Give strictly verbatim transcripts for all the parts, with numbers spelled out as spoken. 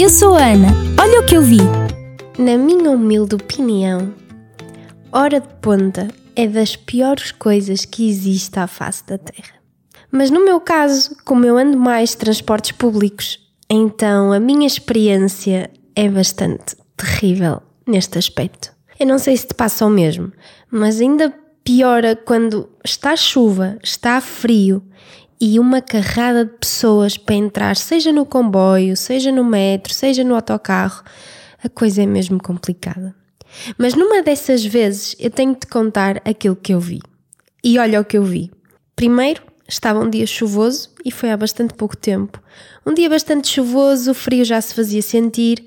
Eu sou a Ana, olha o que eu vi. Na minha humilde opinião, hora de ponta é das piores coisas que existe à face da Terra. Mas no meu caso, como eu ando mais de transportes públicos, então a minha experiência é bastante terrível neste aspecto. Eu não sei se te passa o mesmo, mas ainda piora quando está chuva, está frio e uma carrada de pessoas para entrar, seja no comboio, seja no metro, seja no autocarro, a coisa é mesmo complicada. Mas numa dessas vezes eu tenho de te contar aquilo que eu vi. E olha o que eu vi. Primeiro, estava um dia chuvoso e foi há bastante pouco tempo. Um dia bastante chuvoso, o frio já se fazia sentir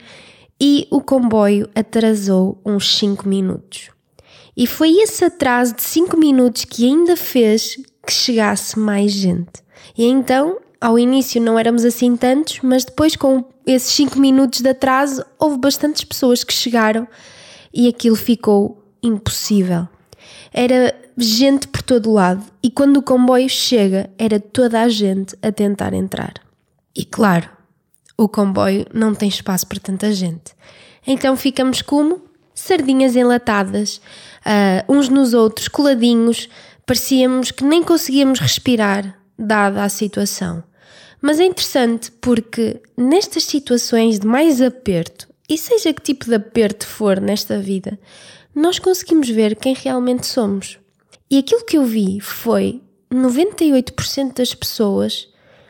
e o comboio atrasou uns cinco minutos. E foi esse atraso de cinco minutos que ainda fez que chegasse mais gente. E então, ao início não éramos assim tantos, mas depois com esses cinco minutos de atraso houve bastantes pessoas que chegaram e aquilo ficou impossível. Era gente por todo lado e quando o comboio chega era toda a gente a tentar entrar. E claro, o comboio não tem espaço para tanta gente. Então ficamos como sardinhas enlatadas, uh, uns nos outros, coladinhos, parecíamos que nem conseguíamos respirar, dada a situação. Mas é interessante porque nestas situações de mais aperto, e seja que tipo de aperto for nesta vida, nós conseguimos ver quem realmente somos. E aquilo que eu vi foi noventa e oito por cento das pessoas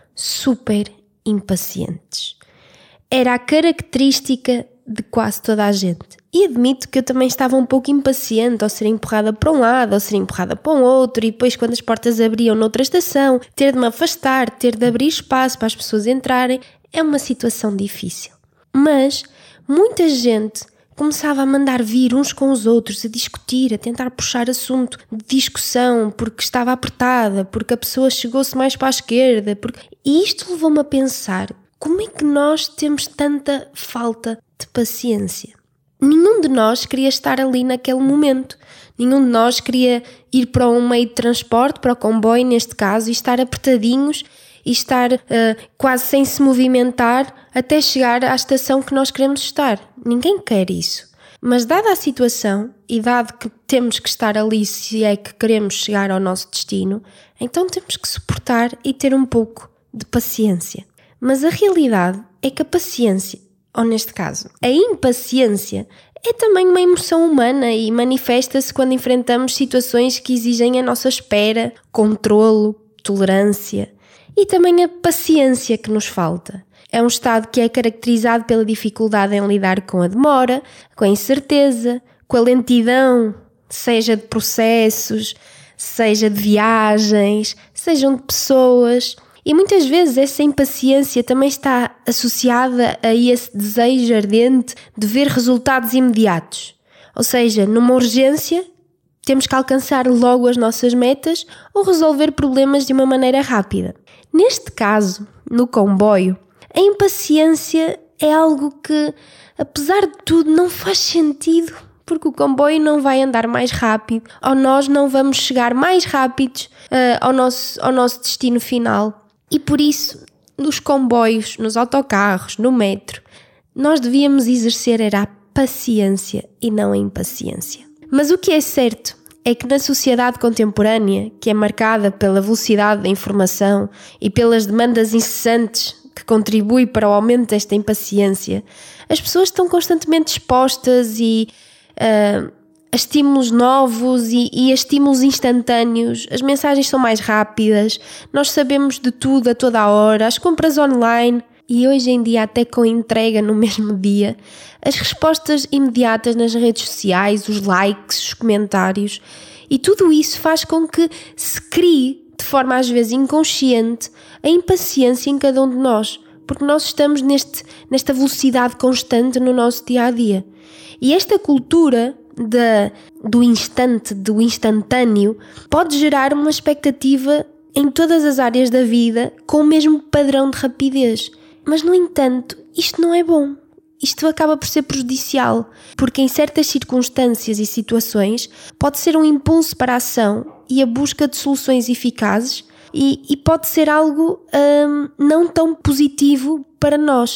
super impacientes. Era a característica de quase toda a gente. E admito que eu também estava um pouco impaciente ao ser empurrada para um lado, ao ser empurrada para um outro, e depois quando as portas abriam noutra estação, ter de me afastar, ter de abrir espaço para as pessoas entrarem, é uma situação difícil. Mas muita gente começava a mandar vir uns com os outros, a discutir, a tentar puxar assunto de discussão, porque estava apertada, porque a pessoa chegou-se mais para a esquerda. Porque... E isto levou-me a pensar, como é que nós temos tanta falta de paciência? Nenhum de nós queria estar ali naquele momento. Nenhum de nós queria ir para um meio de transporte, para o comboio neste caso, e estar apertadinhos e estar uh, quase sem se movimentar até chegar à estação que nós queremos estar. Ninguém quer isso. Mas dada a situação e dado que temos que estar ali se é que queremos chegar ao nosso destino, então temos que suportar e ter um pouco de paciência. Mas a realidade é que a paciência, ou neste caso, a impaciência, é também uma emoção humana e manifesta-se quando enfrentamos situações que exigem a nossa espera, controlo, tolerância e também a paciência que nos falta. É um estado que é caracterizado pela dificuldade em lidar com a demora, com a incerteza, com a lentidão, seja de processos, seja de viagens, sejam de pessoas. E muitas vezes essa impaciência também está associada a esse desejo ardente de ver resultados imediatos. Ou seja, numa urgência, temos que alcançar logo as nossas metas ou resolver problemas de uma maneira rápida. Neste caso, no comboio, a impaciência é algo que, apesar de tudo, não faz sentido, porque o comboio não vai andar mais rápido, ou nós não vamos chegar mais rápidos uh, ao nosso, ao nosso destino final. E por isso, nos comboios, nos autocarros, no metro, nós devíamos exercer era a paciência e não a impaciência. Mas o que é certo é que na sociedade contemporânea, que é marcada pela velocidade da informação e pelas demandas incessantes que contribuem para o aumento desta impaciência, as pessoas estão constantemente expostas e... Uh, a estímulos novos e, e a estímulos instantâneos, as mensagens são mais rápidas, nós sabemos de tudo a toda a hora, as compras online e hoje em dia até com entrega no mesmo dia, as respostas imediatas nas redes sociais, os likes, os comentários e tudo isso faz com que se crie, de forma às vezes inconsciente, a impaciência em cada um de nós, porque nós estamos neste, nesta velocidade constante no nosso dia-a-dia. E esta cultura De, do instante, do instantâneo, pode gerar uma expectativa em todas as áreas da vida com o mesmo padrão de rapidez. Mas, no entanto, isto não é bom. Isto acaba por ser prejudicial, porque em certas circunstâncias e situações pode ser um impulso para a ação e a busca de soluções eficazes e, e pode ser algo hum, não tão positivo para nós.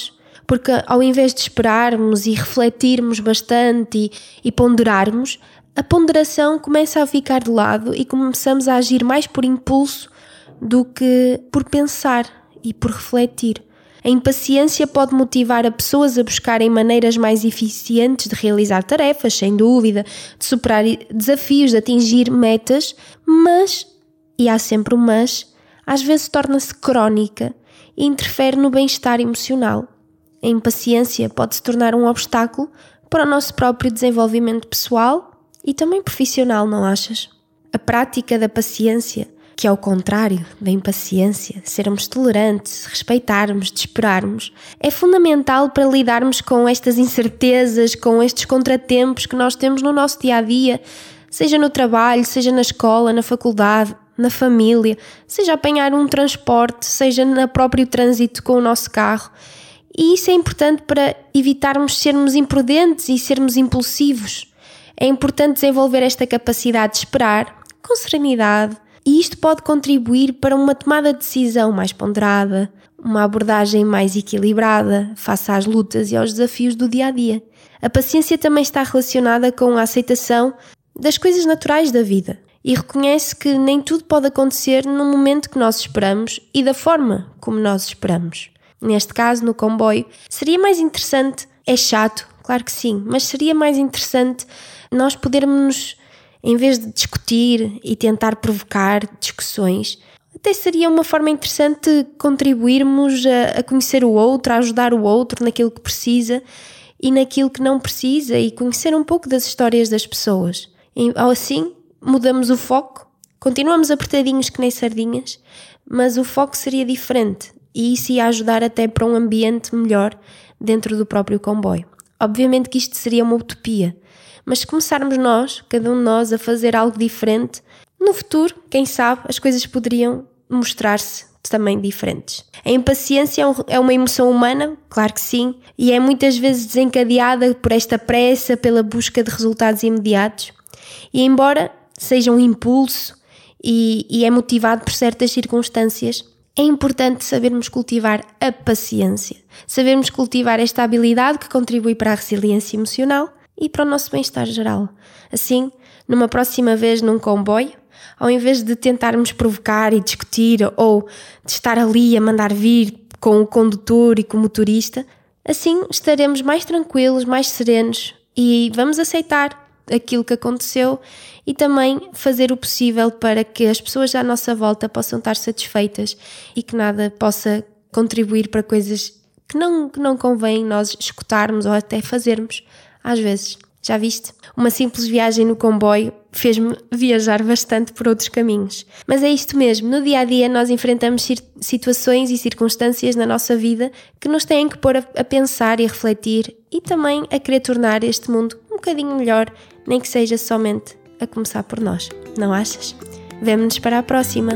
porque ao invés de esperarmos e refletirmos bastante e, e ponderarmos, a ponderação começa a ficar de lado e começamos a agir mais por impulso do que por pensar e por refletir. A impaciência pode motivar a pessoas a buscarem maneiras mais eficientes de realizar tarefas, sem dúvida, de superar desafios, de atingir metas, mas, e há sempre um mas, às vezes torna-se crónica e interfere no bem-estar emocional. A impaciência pode se tornar um obstáculo para o nosso próprio desenvolvimento pessoal e também profissional, não achas? A prática da paciência, que é o contrário da impaciência, sermos tolerantes, respeitarmos, de esperarmos, é fundamental para lidarmos com estas incertezas, com estes contratempos que nós temos no nosso dia-a-dia, seja no trabalho, seja na escola, na faculdade, na família, seja apanhar um transporte, seja no próprio trânsito com o nosso carro. E isso é importante para evitarmos sermos imprudentes e sermos impulsivos. É importante desenvolver esta capacidade de esperar com serenidade, e isto pode contribuir para uma tomada de decisão mais ponderada, uma abordagem mais equilibrada face às lutas e aos desafios do dia-a-dia. A paciência também está relacionada com a aceitação das coisas naturais da vida e reconhece que nem tudo pode acontecer no momento que nós esperamos e da forma como nós esperamos. Neste caso, no comboio, seria mais interessante, é chato, claro que sim, mas seria mais interessante nós podermos, em vez de discutir e tentar provocar discussões, até seria uma forma interessante contribuirmos a, a conhecer o outro, a ajudar o outro naquilo que precisa e naquilo que não precisa e conhecer um pouco das histórias das pessoas. E, ao assim, mudamos o foco, continuamos apertadinhos que nem sardinhas, mas o foco seria diferente e isso ia ajudar até para um ambiente melhor dentro do próprio comboio. Obviamente que isto seria uma utopia, mas se começarmos nós, cada um de nós, a fazer algo diferente, no futuro, quem sabe, as coisas poderiam mostrar-se também diferentes. A impaciência é uma emoção humana, claro que sim, e é muitas vezes desencadeada por esta pressa, pela busca de resultados imediatos. E embora seja um impulso e, e é motivado por certas circunstâncias, é importante sabermos cultivar a paciência, sabermos cultivar esta habilidade que contribui para a resiliência emocional e para o nosso bem-estar geral. Assim, numa próxima vez num comboio, ao invés de tentarmos provocar e discutir ou de estar ali a mandar vir com o condutor e com o motorista, assim estaremos mais tranquilos, mais serenos e vamos aceitar aquilo que aconteceu e também fazer o possível para que as pessoas à nossa volta possam estar satisfeitas e que nada possa contribuir para coisas que não, que não convém nós escutarmos ou até fazermos às vezes. Já viste? Uma simples viagem no comboio fez-me viajar bastante por outros caminhos. Mas é isto mesmo, no dia-a-dia nós enfrentamos situações e circunstâncias na nossa vida que nos têm que pôr a, a pensar e a refletir e também a querer tornar este mundo um bocadinho melhor, nem que seja somente a começar por nós. Não achas? Vemo-nos para a próxima!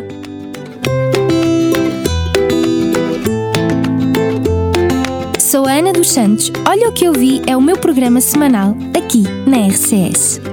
Sou a Ana dos Santos. Olha o que eu vi é o meu programa semanal aqui na R C S.